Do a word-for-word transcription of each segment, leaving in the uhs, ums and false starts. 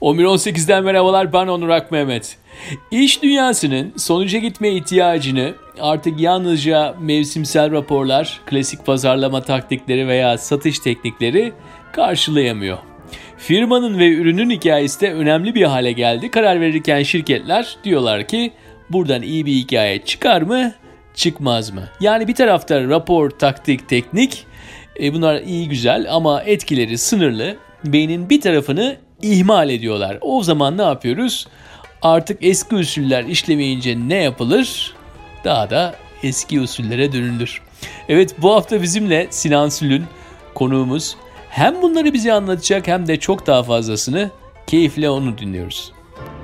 on bir on sekizden merhabalar, ben Onur Akmehmet. İş dünyasının sonuca gitme ihtiyacını artık yalnızca mevsimsel raporlar, klasik pazarlama taktikleri veya satış teknikleri karşılayamıyor. Firmanın ve ürünün hikayesi de önemli bir hale geldi. Karar verirken şirketler diyorlar ki buradan iyi bir hikaye çıkar mı, çıkmaz mı? Yani bir tarafta rapor, taktik, teknik, e bunlar iyi güzel ama etkileri sınırlı. Beynin bir tarafını ihmal ediyorlar. O zaman ne yapıyoruz? Artık eski usuller işlemeyince ne yapılır? Daha da eski usullere dönülür. Evet, bu hafta bizimle Sinan Sülün konuğumuz. Hem bunları bize anlatacak hem de çok daha fazlasını. Keyifle onu dinliyoruz.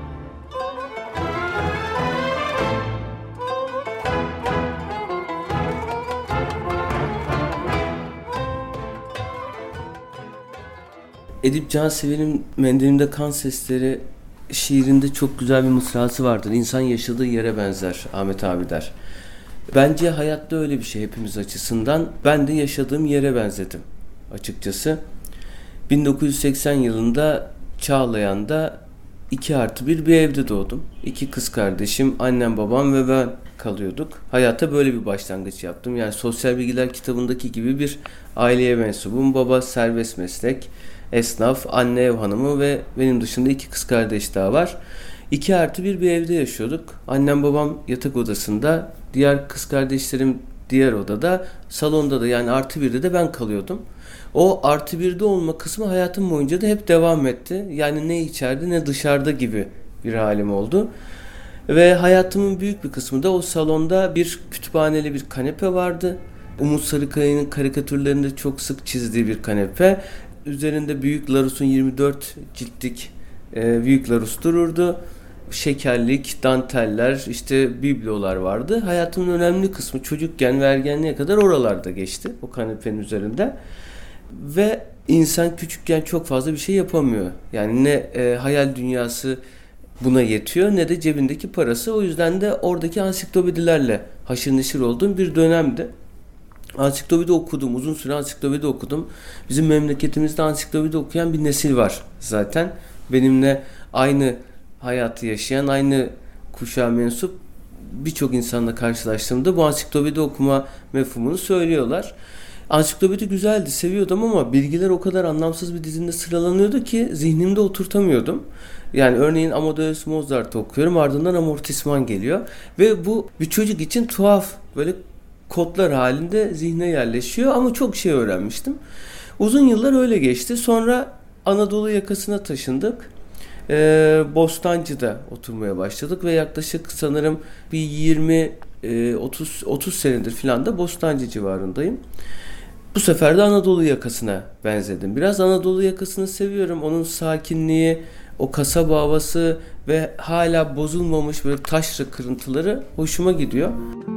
Edip Cansever'in Mendilimde Kan Sesleri şiirinde çok güzel bir mısrası vardır. İnsan yaşadığı yere benzer, Ahmet abi der. Bence hayatta öyle bir şey hepimiz açısından. Ben de yaşadığım yere benzedim açıkçası. bin dokuz yüz seksen yılında Çağlayan'da iki artı bir bir evde doğdum. İki kız kardeşim, annem, babam ve ben kalıyorduk. Hayata böyle bir başlangıç yaptım. Yani Sosyal Bilgiler kitabındaki gibi bir aileye mensubum. Baba serbest meslek, esnaf, anne ev hanımı ve benim dışında iki kız kardeş daha var. İki artı bir bir evde yaşıyorduk. Annem babam yatak odasında, diğer kız kardeşlerim diğer odada, salonda da yani artı birde de ben kalıyordum. O artı birde olma kısmı hayatım boyunca da hep devam etti. Yani ne içeride ne dışarıda gibi bir halim oldu. Ve hayatımın büyük bir kısmı da o salonda bir kütüphaneli bir kanepe vardı. Umut Sarıkaya'nın karikatürlerinde çok sık çizdiği bir kanepe. Üzerinde Büyük Larus'un yirmi dört ciltlik e, Büyük Larus dururdu. Şekerlik, danteller, işte biblolar vardı. Hayatımın önemli kısmı çocukken ve ergenliğe kadar oralarda geçti. O kanepenin üzerinde. Ve insan küçükken çok fazla bir şey yapamıyor. Yani ne e, hayal dünyası buna yetiyor ne de cebindeki parası. O yüzden de oradaki ansiklopedilerle haşır neşir olduğum bir dönemdi. Ansiklopedi okudum. Uzun süre ansiklopedi okudum. Bizim memleketimizde ansiklopedi okuyan bir nesil var zaten. Benimle aynı hayatı yaşayan, aynı kuşağa mensup birçok insanla karşılaştığımda bu ansiklopedi okuma mefhumunu söylüyorlar. Ansiklopedi güzeldi, seviyordum ama bilgiler o kadar anlamsız bir dizinde sıralanıyordu ki zihnimde oturtamıyordum. Yani örneğin Amadeus Mozart'ı okuyorum, ardından amortisman geliyor ve bu bir çocuk için tuhaf, böyle kodlar halinde zihne yerleşiyor ama çok şey öğrenmiştim. Uzun yıllar öyle geçti. Sonra Anadolu yakasına taşındık. Ee, Bostancı'da oturmaya başladık ve yaklaşık sanırım bir yirmi otuz otuz senedir filan da Bostancı civarındayım. Bu sefer de Anadolu yakasına benzedim. Biraz Anadolu yakasını seviyorum. Onun sakinliği, o kasaba havası ve hala bozulmamış böyle taşra kırıntıları hoşuma gidiyor.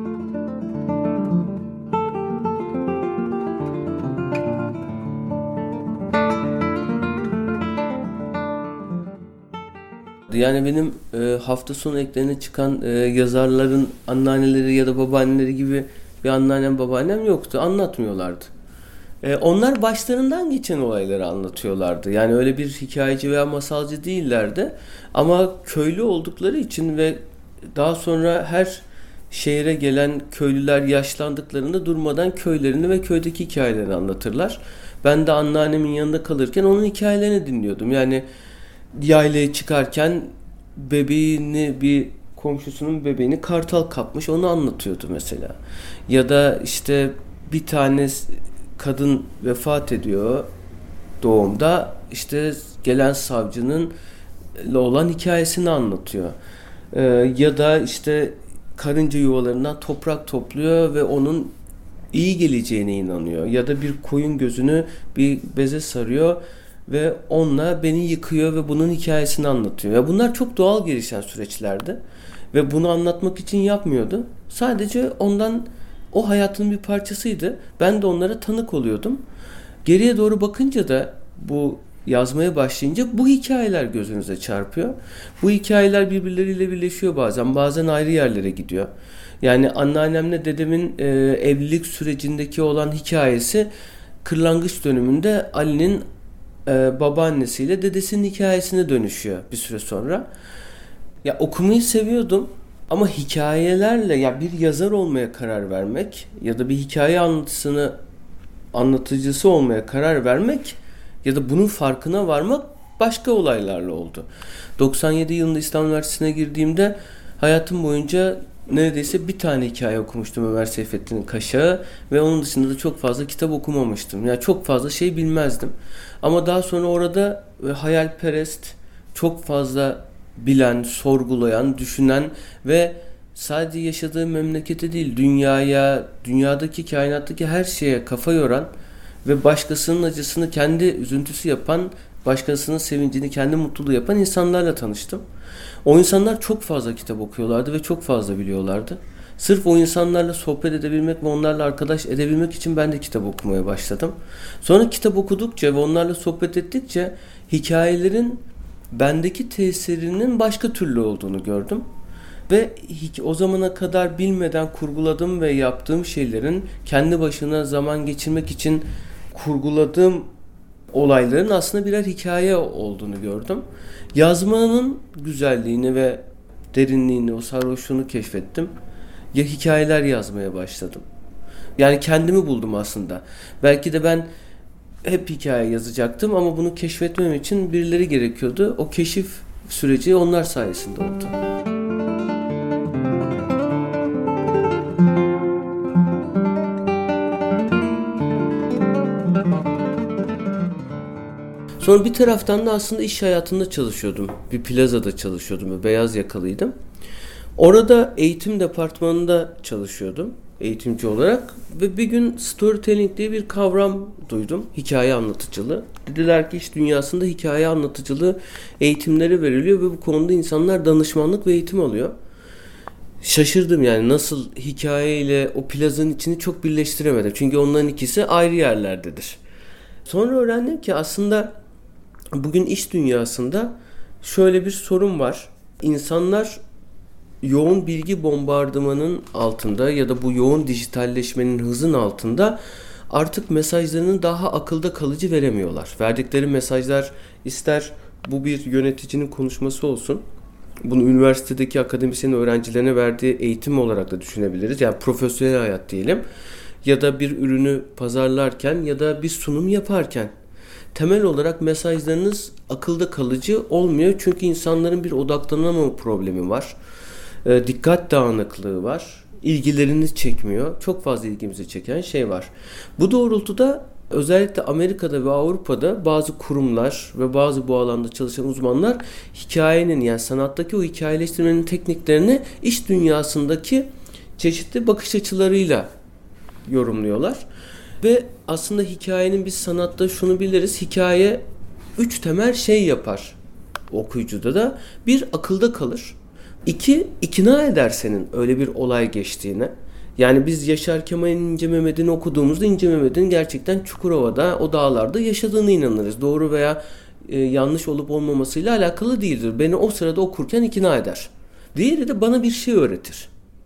Yani benim e, hafta sonu eklerine çıkan e, yazarların anneanneleri ya da babaanneleri gibi bir anneannem babaannem yoktu. Anlatmıyorlardı. E, onlar başlarından geçen olayları anlatıyorlardı. Yani öyle bir hikayeci veya masalcı değillerdi. Ama köylü oldukları için ve daha sonra her şehre gelen köylüler yaşlandıklarında durmadan köylerini ve köydeki hikayelerini anlatırlar. Ben de anneannemin yanında kalırken onun hikayelerini dinliyordum. Yani yaylaya çıkarken bebeğini bir komşusunun bebeğini kartal kapmış, onu anlatıyordu mesela. Ya da işte bir tane kadın vefat ediyor doğumda, işte gelen savcının olan hikayesini anlatıyor. Ee, ya da işte karınca yuvalarından toprak topluyor ve onun iyi geleceğine inanıyor. Ya da bir koyun gözünü bir beze sarıyor ve onunla beni yıkıyor ve bunun hikayesini anlatıyor. Ya bunlar çok doğal gelişen süreçlerdi ve bunu anlatmak için yapmıyordu. Sadece ondan, o hayatın bir parçasıydı. Ben de onlara tanık oluyordum. Geriye doğru bakınca da bu yazmaya başlayınca bu hikayeler gözünüze çarpıyor. Bu hikayeler birbirleriyle birleşiyor bazen. Bazen ayrı yerlere gidiyor. Yani anneannemle dedemin e, evlilik sürecindeki olan hikayesi kırlangıç dönümünde Ali'nin e, babaannesiyle dedesinin hikayesine dönüşüyor bir süre sonra. Ya okumayı seviyordum ama hikayelerle ya bir yazar olmaya karar vermek ya da bir hikaye anlatısını anlatıcısı olmaya karar vermek ya da bunun farkına varmak başka olaylarla oldu. doksan yedi yılında İstanbul Üniversitesi'ne girdiğimde hayatım boyunca neredeyse bir tane hikaye okumuştum, Ömer Seyfettin'in Kaşağı, ve onun dışında da çok fazla kitap okumamıştım. Yani çok fazla şey bilmezdim. Ama daha sonra orada hayalperest, çok fazla bilen, sorgulayan, düşünen ve sadece yaşadığı memlekete değil, dünyaya, dünyadaki, kainattaki her şeye kafa yoran ve başkasının acısını kendi üzüntüsü yapan, başkasının sevincini kendi mutluluğu yapan insanlarla tanıştım. O insanlar çok fazla kitap okuyorlardı ve çok fazla biliyorlardı. Sırf o insanlarla sohbet edebilmek ve onlarla arkadaş edebilmek için ben de kitap okumaya başladım. Sonra kitap okudukça ve onlarla sohbet ettikçe hikayelerin bendeki tesirinin başka türlü olduğunu gördüm. Ve o zamana kadar bilmeden kurguladığım ve yaptığım şeylerin, kendi başına zaman geçirmek için kurguladığım olayların aslında birer hikaye olduğunu gördüm. Yazmanın güzelliğini ve derinliğini, o sarhoşluğunu keşfettim. Ya hikayeler yazmaya başladım. Yani kendimi buldum aslında. Belki de ben hep hikaye yazacaktım ama bunu keşfetmem için birileri gerekiyordu. O keşif süreci onlar sayesinde oldu. Sonra bir taraftan da aslında iş hayatında çalışıyordum. Bir plazada çalışıyordum ve beyaz yakalıydım. Orada eğitim departmanında çalışıyordum, eğitimci olarak, ve bir gün storytelling diye bir kavram duydum. Hikaye anlatıcılığı. Dediler ki iş dünyasında hikaye anlatıcılığı eğitimleri veriliyor ve bu konuda insanlar danışmanlık ve eğitim alıyor. Şaşırdım yani, nasıl hikayeyle o plazanın içini çok birleştiremedim. Çünkü onların ikisi ayrı yerlerdedir. Sonra öğrendim ki aslında bugün iş dünyasında şöyle bir sorun var. İnsanlar yoğun bilgi bombardımanının altında ya da bu yoğun dijitalleşmenin hızın altında artık mesajlarını daha akılda kalıcı veremiyorlar. Verdikleri mesajlar, ister bu bir yöneticinin konuşması olsun, bunu üniversitedeki akademisyen öğrencilerine verdiği eğitim olarak da düşünebiliriz. Yani profesyonel hayat diyelim. Ya da bir ürünü pazarlarken ya da bir sunum yaparken temel olarak mesajlarınız akılda kalıcı olmuyor. Çünkü insanların bir odaklanamama problemi var. E, dikkat dağınıklığı var. İlgilerini çekmiyor. Çok fazla ilgimizi çeken şey var. Bu doğrultuda özellikle Amerika'da ve Avrupa'da bazı kurumlar ve bazı bu alanda çalışan uzmanlar hikayenin, yani sanattaki o hikayeleştirmenin tekniklerini iş dünyasındaki çeşitli bakış açılarıyla yorumluyorlar. Ve aslında hikayenin, biz sanatta şunu biliriz. Hikaye üç temel şey yapar okuyucuda da. Bir, akılda kalır. İki, ikna eder senin öyle bir olay geçtiğine. Yani biz Yaşar Kemal'in İnce Mehmet'ini okuduğumuzda İnce Mehmet'in gerçekten Çukurova'da, o dağlarda yaşadığını inanırız. Doğru veya e, yanlış olup olmamasıyla alakalı değildir. Beni o sırada okurken ikna eder. Diğeri de bana bir şey öğretir.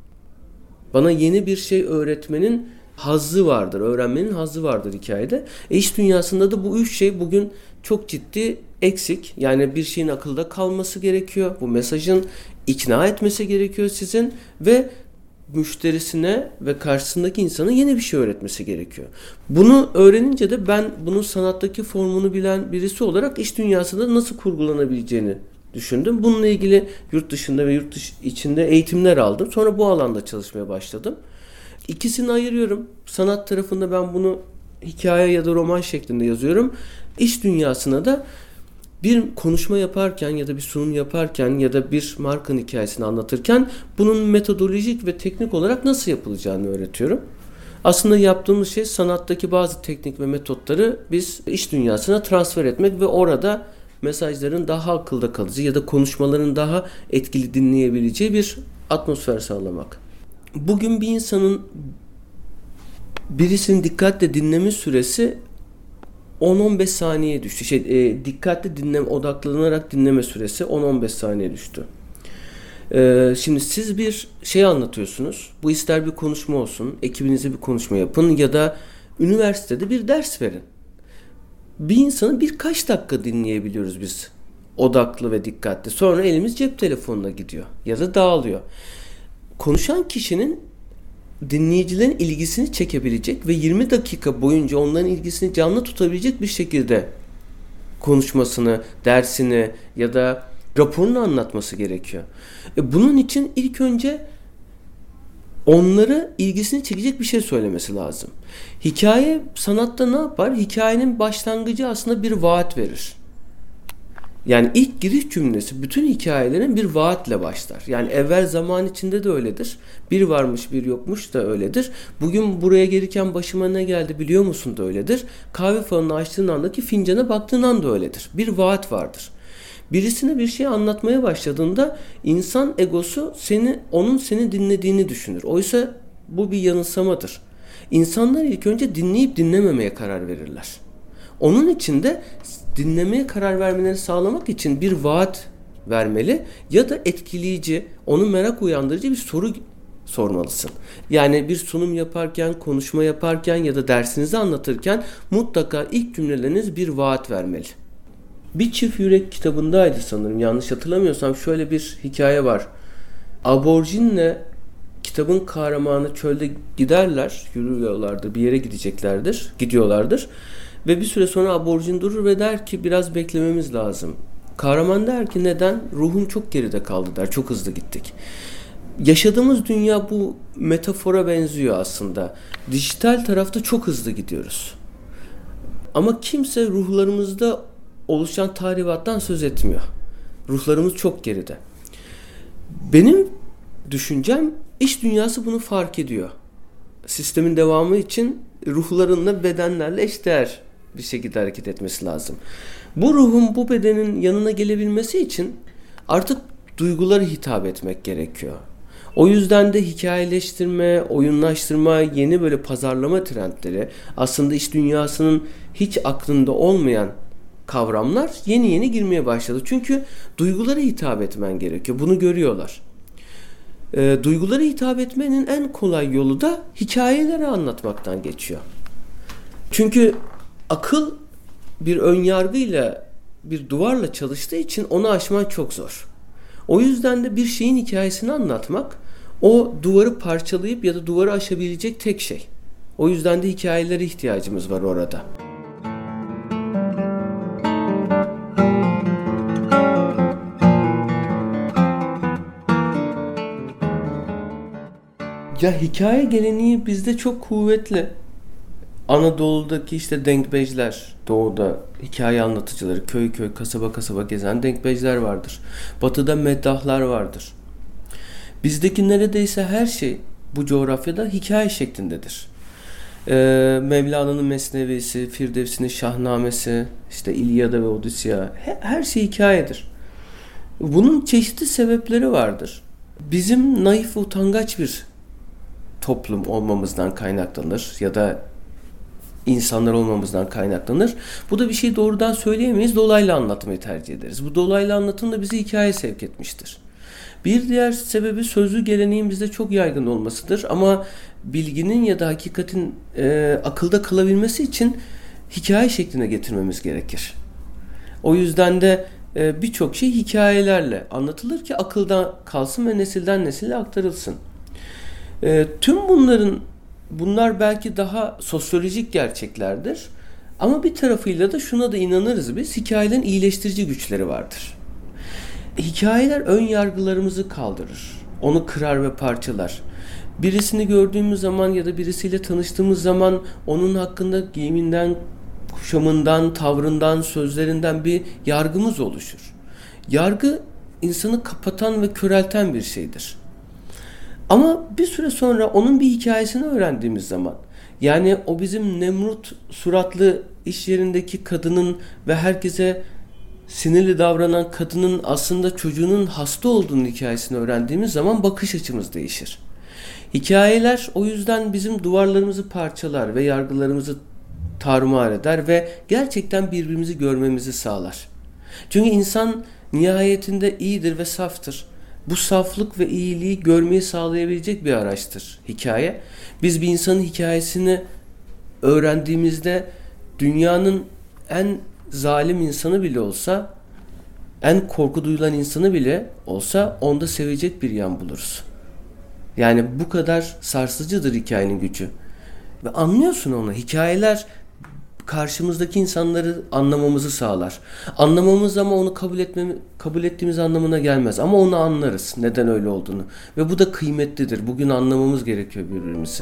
Bana yeni bir şey öğretmenin hazzı vardır, öğrenmenin hazzı vardır hikayede. E iş dünyasında da bu üç şey bugün çok ciddi eksik. Yani bir şeyin akılda kalması gerekiyor. Bu mesajın ikna etmesi gerekiyor sizin ve müşterisine ve karşısındaki insana yeni bir şey öğretmesi gerekiyor. Bunu öğrenince de ben bunun sanattaki formunu bilen birisi olarak iş dünyasında nasıl kurgulanabileceğini düşündüm. Bununla ilgili yurt dışında ve yurt dışı içinde eğitimler aldım. Sonra bu alanda çalışmaya başladım. İkisini ayırıyorum. Sanat tarafında ben bunu hikaye ya da roman şeklinde yazıyorum. İş dünyasına da bir konuşma yaparken ya da bir sunum yaparken ya da bir markanın hikayesini anlatırken bunun metodolojik ve teknik olarak nasıl yapılacağını öğretiyorum. Aslında yaptığımız şey sanattaki bazı teknik ve metotları biz iş dünyasına transfer etmek ve orada mesajların daha akılda kalıcı ya da konuşmaların daha etkili dinleyebileceği bir atmosfer sağlamak. Bugün bir insanın birisini dikkatle dinleme süresi on on beş saniye düştü. Şey, e, dikkatli dinleme, odaklanarak dinleme süresi on on beş saniye düştü. E, şimdi siz bir şey anlatıyorsunuz. Bu ister bir konuşma olsun, ekibinize bir konuşma yapın ya da üniversitede bir ders verin. bir insanı birkaç dakika dinleyebiliyoruz biz. Odaklı ve dikkatli. Sonra elimiz cep telefonuna gidiyor ya da dağılıyor. Konuşan kişinin dinleyicilerin ilgisini çekebilecek ve yirmi dakika boyunca onların ilgisini canlı tutabilecek bir şekilde konuşmasını, dersini ya da raporunu anlatması gerekiyor. E bunun için ilk önce onları ilgisini çekecek bir şey söylemesi lazım. Hikaye sanatta ne yapar? Hikayenin başlangıcı aslında bir vaat verir. Yani ilk giriş cümlesi bütün hikayelerin bir vaatle başlar. Yani evvel zaman içinde de öyledir. Bir varmış bir yokmuş da öyledir. Bugün buraya gelirken başıma ne geldi biliyor musun da öyledir. Kahve falını açtığın andaki fincana baktığın anda öyledir. Bir vaat vardır. Birisine bir şey anlatmaya başladığında insan egosu seni, onun seni dinlediğini düşünür. Oysa bu bir yanılsamadır. İnsanlar ilk önce dinleyip dinlememeye karar verirler. Onun için de dinlemeye karar vermelerini sağlamak için bir vaat vermeli ya da etkileyici, onu merak uyandırıcı bir soru sormalısın. Yani bir sunum yaparken, konuşma yaparken ya da dersinizi anlatırken mutlaka ilk cümleleriniz bir vaat vermeli. Bir Çift Yürek kitabındaydı sanırım, yanlış hatırlamıyorsam şöyle bir hikaye var. Aborjinle kitabın kahramanı çölde giderler, yürüyorlardır, bir yere gideceklerdir, gidiyorlardır. Ve bir süre sonra aborjin durur ve der ki biraz beklememiz lazım. Kahraman der ki neden? Ruhum çok geride kaldı der, çok hızlı gittik. Yaşadığımız dünya bu metafora benziyor aslında. Dijital tarafta çok hızlı gidiyoruz. Ama kimse ruhlarımızda oluşan tahribattan söz etmiyor. Ruhlarımız çok geride. Benim düşüncem iş dünyası bunu fark ediyor. Sistemin devamı için ruhlarınla bedenlerle eşdeğer bir şekilde hareket etmesi lazım. Bu ruhun bu bedenin yanına gelebilmesi için artık duygulara hitap etmek gerekiyor. O yüzden de hikayeleştirme, oyunlaştırma, yeni böyle pazarlama trendleri aslında iş dünyasının hiç aklında olmayan kavramlar yeni yeni girmeye başladı. Çünkü duygulara hitap etmen gerekiyor. Bunu görüyorlar. E, duygulara hitap etmenin en kolay yolu da hikayeleri anlatmaktan geçiyor. Çünkü akıl bir ön yargıyla, bir duvarla çalıştığı için onu aşman çok zor. O yüzden de bir şeyin hikayesini anlatmak o duvarı parçalayıp ya da duvarı aşabilecek tek şey. O yüzden de hikayelere ihtiyacımız var orada. Ya hikaye geleneği bizde çok kuvvetli. Anadolu'daki işte denkbejler, doğuda hikaye anlatıcıları, köy köy, kasaba kasaba gezen denkbejler vardır. Batı'da meddahlar vardır. Bizdeki neredeyse her şey bu coğrafyada hikaye şeklindedir. Ee, Mevlana'nın Mesnevisi, Firdevsi'nin Şahnamesi, işte İlyada ve Odisya, her şey hikayedir. Bunun çeşitli sebepleri vardır. Bizim naif ve utangaç bir toplum olmamızdan kaynaklanır ya da insanlar olmamızdan kaynaklanır. Bu da bir şey doğrudan söyleyemeyiz. Dolaylı anlatmayı tercih ederiz. Bu dolaylı anlatım da bizi hikaye sevk etmiştir. Bir diğer sebebi sözlü geleneğin bizde çok yaygın olmasıdır. Ama bilginin ya da hakikatin e, akılda kalabilmesi için hikaye şekline getirmemiz gerekir. O yüzden de e, birçok şey hikayelerle anlatılır ki akılda kalsın ve nesilden nesile aktarılsın. E, tüm bunların Bunlar belki daha sosyolojik gerçeklerdir. Ama bir tarafıyla da şuna da inanırız biz. Hikayelerin iyileştirici güçleri vardır. Hikayeler ön yargılarımızı kaldırır. Onu kırar ve parçalar. Birisini gördüğümüz zaman ya da birisiyle tanıştığımız zaman onun hakkında giyiminden, kuşamından, tavrından, sözlerinden bir yargımız oluşur. Yargı insanı kapatan ve körelten bir şeydir. Ama bir süre sonra onun bir hikayesini öğrendiğimiz zaman, yani o bizim Nemrut suratlı iş yerindeki kadının ve herkese sinirli davranan kadının aslında çocuğunun hasta olduğunun hikayesini öğrendiğimiz zaman bakış açımız değişir. Hikayeler o yüzden bizim duvarlarımızı parçalar ve yargılarımızı tarumar eder ve gerçekten birbirimizi görmemizi sağlar. Çünkü insan nihayetinde iyidir ve saftır. Bu saflık ve iyiliği görmeyi sağlayabilecek bir araçtır hikaye. Biz bir insanın hikayesini öğrendiğimizde dünyanın en zalim insanı bile olsa, en korku duyulan insanı bile olsa onda sevecek bir yan buluruz. Yani bu kadar sarsıcıdır hikayenin gücü. Ve anlıyorsun onu. Hikayeler karşımızdaki insanları anlamamızı sağlar. Anlamamız ama onu kabul etmemi, kabul ettiğimiz anlamına gelmez. Ama onu anlarız neden öyle olduğunu. Ve bu da kıymetlidir. Bugün anlamamız gerekiyor birbirimizi.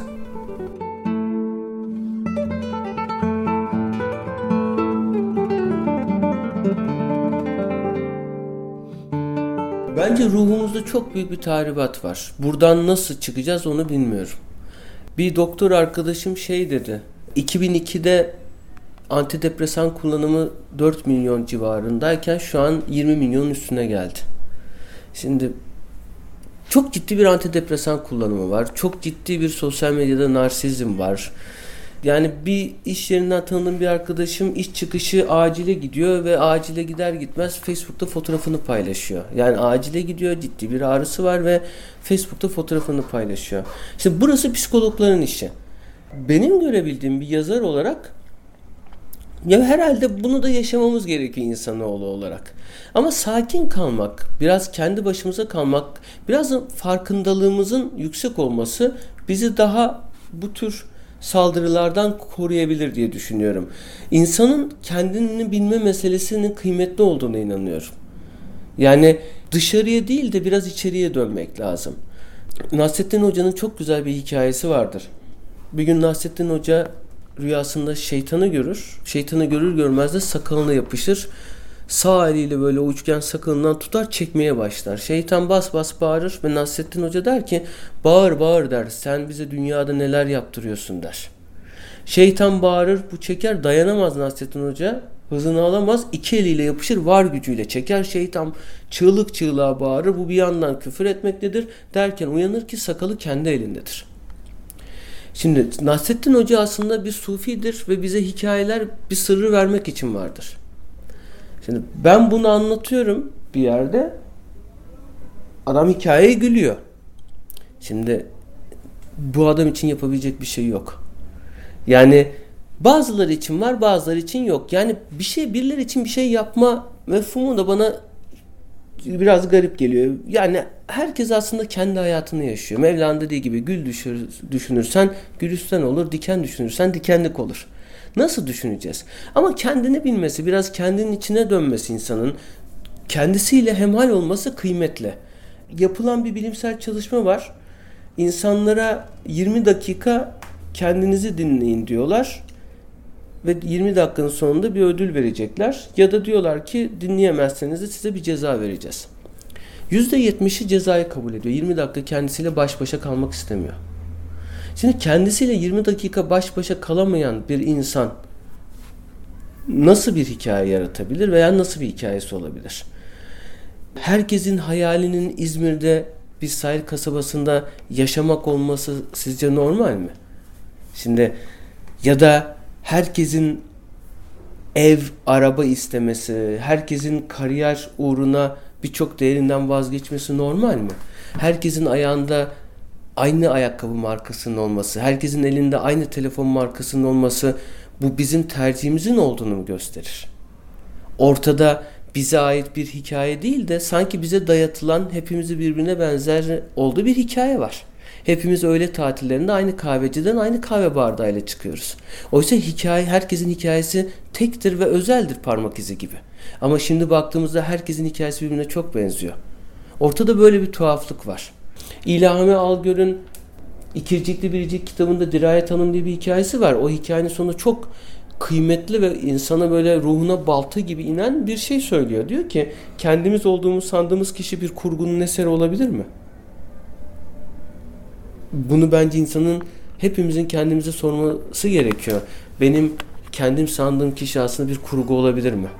Bence ruhumuzda çok büyük bir tahribat var. Buradan nasıl çıkacağız onu bilmiyorum. Bir doktor arkadaşım şey dedi. iki bin ikide antidepresan kullanımı dört milyon civarındayken şu an yirmi milyonun üstüne geldi. Şimdi çok ciddi bir antidepresan kullanımı var. Çok ciddi bir sosyal medyada narsizm var. Yani bir iş yerinden tanıdığım bir arkadaşım iş çıkışı acile gidiyor ve acile gider gitmez Facebook'ta fotoğrafını paylaşıyor. Yani acile gidiyor, ciddi bir ağrısı var ve Facebook'ta fotoğrafını paylaşıyor. İşte burası psikologların işi. Benim görebildiğim bir yazar olarak ya herhalde bunu da yaşamamız gerekiyor insanoğlu olarak. Ama sakin kalmak, biraz kendi başımıza kalmak, biraz da farkındalığımızın yüksek olması bizi daha bu tür saldırılardan koruyabilir diye düşünüyorum. İnsanın kendini bilme meselesinin kıymetli olduğuna inanıyorum. Yani dışarıya değil de biraz içeriye dönmek lazım. Nasrettin Hoca'nın çok güzel bir hikayesi vardır. Bir gün Nasrettin Hoca rüyasında şeytanı görür. Şeytanı görür görmez de sakalına yapışır. Sağ eliyle böyle o üçgen sakalından tutar, çekmeye başlar. Şeytan bas bas bağırır ve Nasrettin Hoca der ki bağır bağır der, sen bize dünyada neler yaptırıyorsun der. Şeytan bağırır, bu çeker, dayanamaz Nasrettin Hoca, hızını alamaz, iki eliyle yapışır, var gücüyle çeker. Şeytan çığlık çığlığa bağırır, bu bir yandan küfür etmektedir derken uyanır ki sakalı kendi elindedir. Şimdi Nasrettin Hoca aslında bir sufidir ve bize hikayeler bir sırrı vermek için vardır. Şimdi ben bunu anlatıyorum bir yerde, adam hikayeye gülüyor. Şimdi bu adam için yapabilecek bir şey yok. Yani bazıları için var, bazıları için yok. Yani bir şey, birileri için bir şey yapma mefhumu da bana biraz garip geliyor. Yani herkes aslında kendi hayatını yaşıyor. Mevlana dediği gibi gül düşür, düşünürsen gülistan olur, diken düşünürsen dikenlik olur. Nasıl düşüneceğiz? Ama kendini bilmesi, biraz kendinin içine dönmesi insanın, kendisiyle hemhal olması kıymetli. Yapılan bir bilimsel çalışma var. İnsanlara yirmi dakika kendinizi dinleyin diyorlar. Ve yirmi dakikanın sonunda bir ödül verecekler. Ya da diyorlar ki dinleyemezseniz de size bir ceza vereceğiz. yüzde yetmişi cezayı kabul ediyor. yirmi dakika kendisiyle baş başa kalmak istemiyor. Şimdi kendisiyle yirmi dakika baş başa kalamayan bir insan nasıl bir hikaye yaratabilir veya nasıl bir hikayesi olabilir? Herkesin hayalinin İzmir'de bir sahil kasabasında yaşamak olması sizce normal mi? Şimdi ya da herkesin ev, araba istemesi, herkesin kariyer uğruna birçok değerinden vazgeçmesi normal mi? Herkesin ayağında aynı ayakkabı markasının olması, herkesin elinde aynı telefon markasının olması bu bizim tercihimizin olduğunu mu gösterir? Ortada bize ait bir hikaye değil de sanki bize dayatılan hepimizi birbirine benzer olduğu bir hikaye var. Hepimiz öğle tatillerinde aynı kahveciden aynı kahve bardağıyla çıkıyoruz. Oysa hikaye, herkesin hikayesi tektir ve özeldir parmak izi gibi. Ama şimdi baktığımızda herkesin hikayesi birbirine çok benziyor. Ortada böyle bir tuhaflık var. İlhami Algör'ün İkircikli Biricik kitabında Dirayet Hanım diye bir hikayesi var. O hikayenin sonu çok kıymetli ve insana böyle ruhuna balta gibi inen bir şey söylüyor. Diyor ki kendimiz olduğumuz sandığımız kişi bir kurgunun eseri olabilir mi? Bunu bence insanın, hepimizin kendimize sorması gerekiyor. Benim kendim sandığım kişi aslında bir kurgu olabilir mi?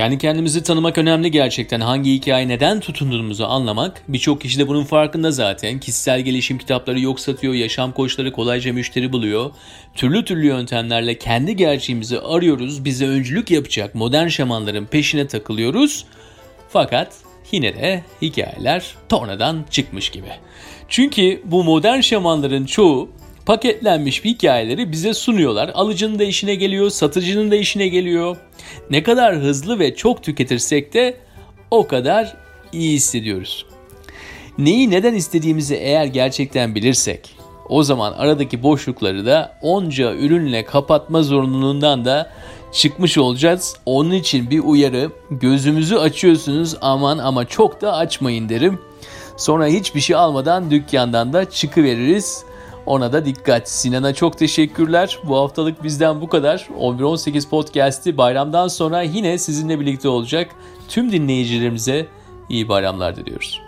Kendi kendimizi tanımak önemli gerçekten. Hangi hikaye neden tutunduğumuzu anlamak. Birçok kişi de bunun farkında zaten. Kişisel gelişim kitapları yok satıyor, yaşam koçları kolayca müşteri buluyor. Türlü türlü yöntemlerle kendi gerçeğimizi arıyoruz. Bize öncülük yapacak modern şamanların peşine takılıyoruz. Fakat yine de hikayeler tornadan çıkmış gibi. Çünkü bu modern şamanların çoğu paketlenmiş hikayeleri bize sunuyorlar. Alıcının da işine geliyor, satıcının da işine geliyor. Ne kadar hızlı ve çok tüketirsek de o kadar iyi hissediyoruz. Neyi neden istediğimizi eğer gerçekten bilirsek, o zaman aradaki boşlukları da onca ürünle kapatma zorunluluğundan da çıkmış olacağız. Onun için bir uyarı, gözümüzü açıyorsunuz aman ama çok da açmayın derim. Sonra hiçbir şey almadan dükkandan da çıkıveririz. Ona da dikkat. Sinan'a çok teşekkürler. Bu haftalık bizden bu kadar. on bir on sekiz Podcast'i bayramdan sonra yine sizinle birlikte olacak. Tüm dinleyicilerimize iyi bayramlar diliyoruz.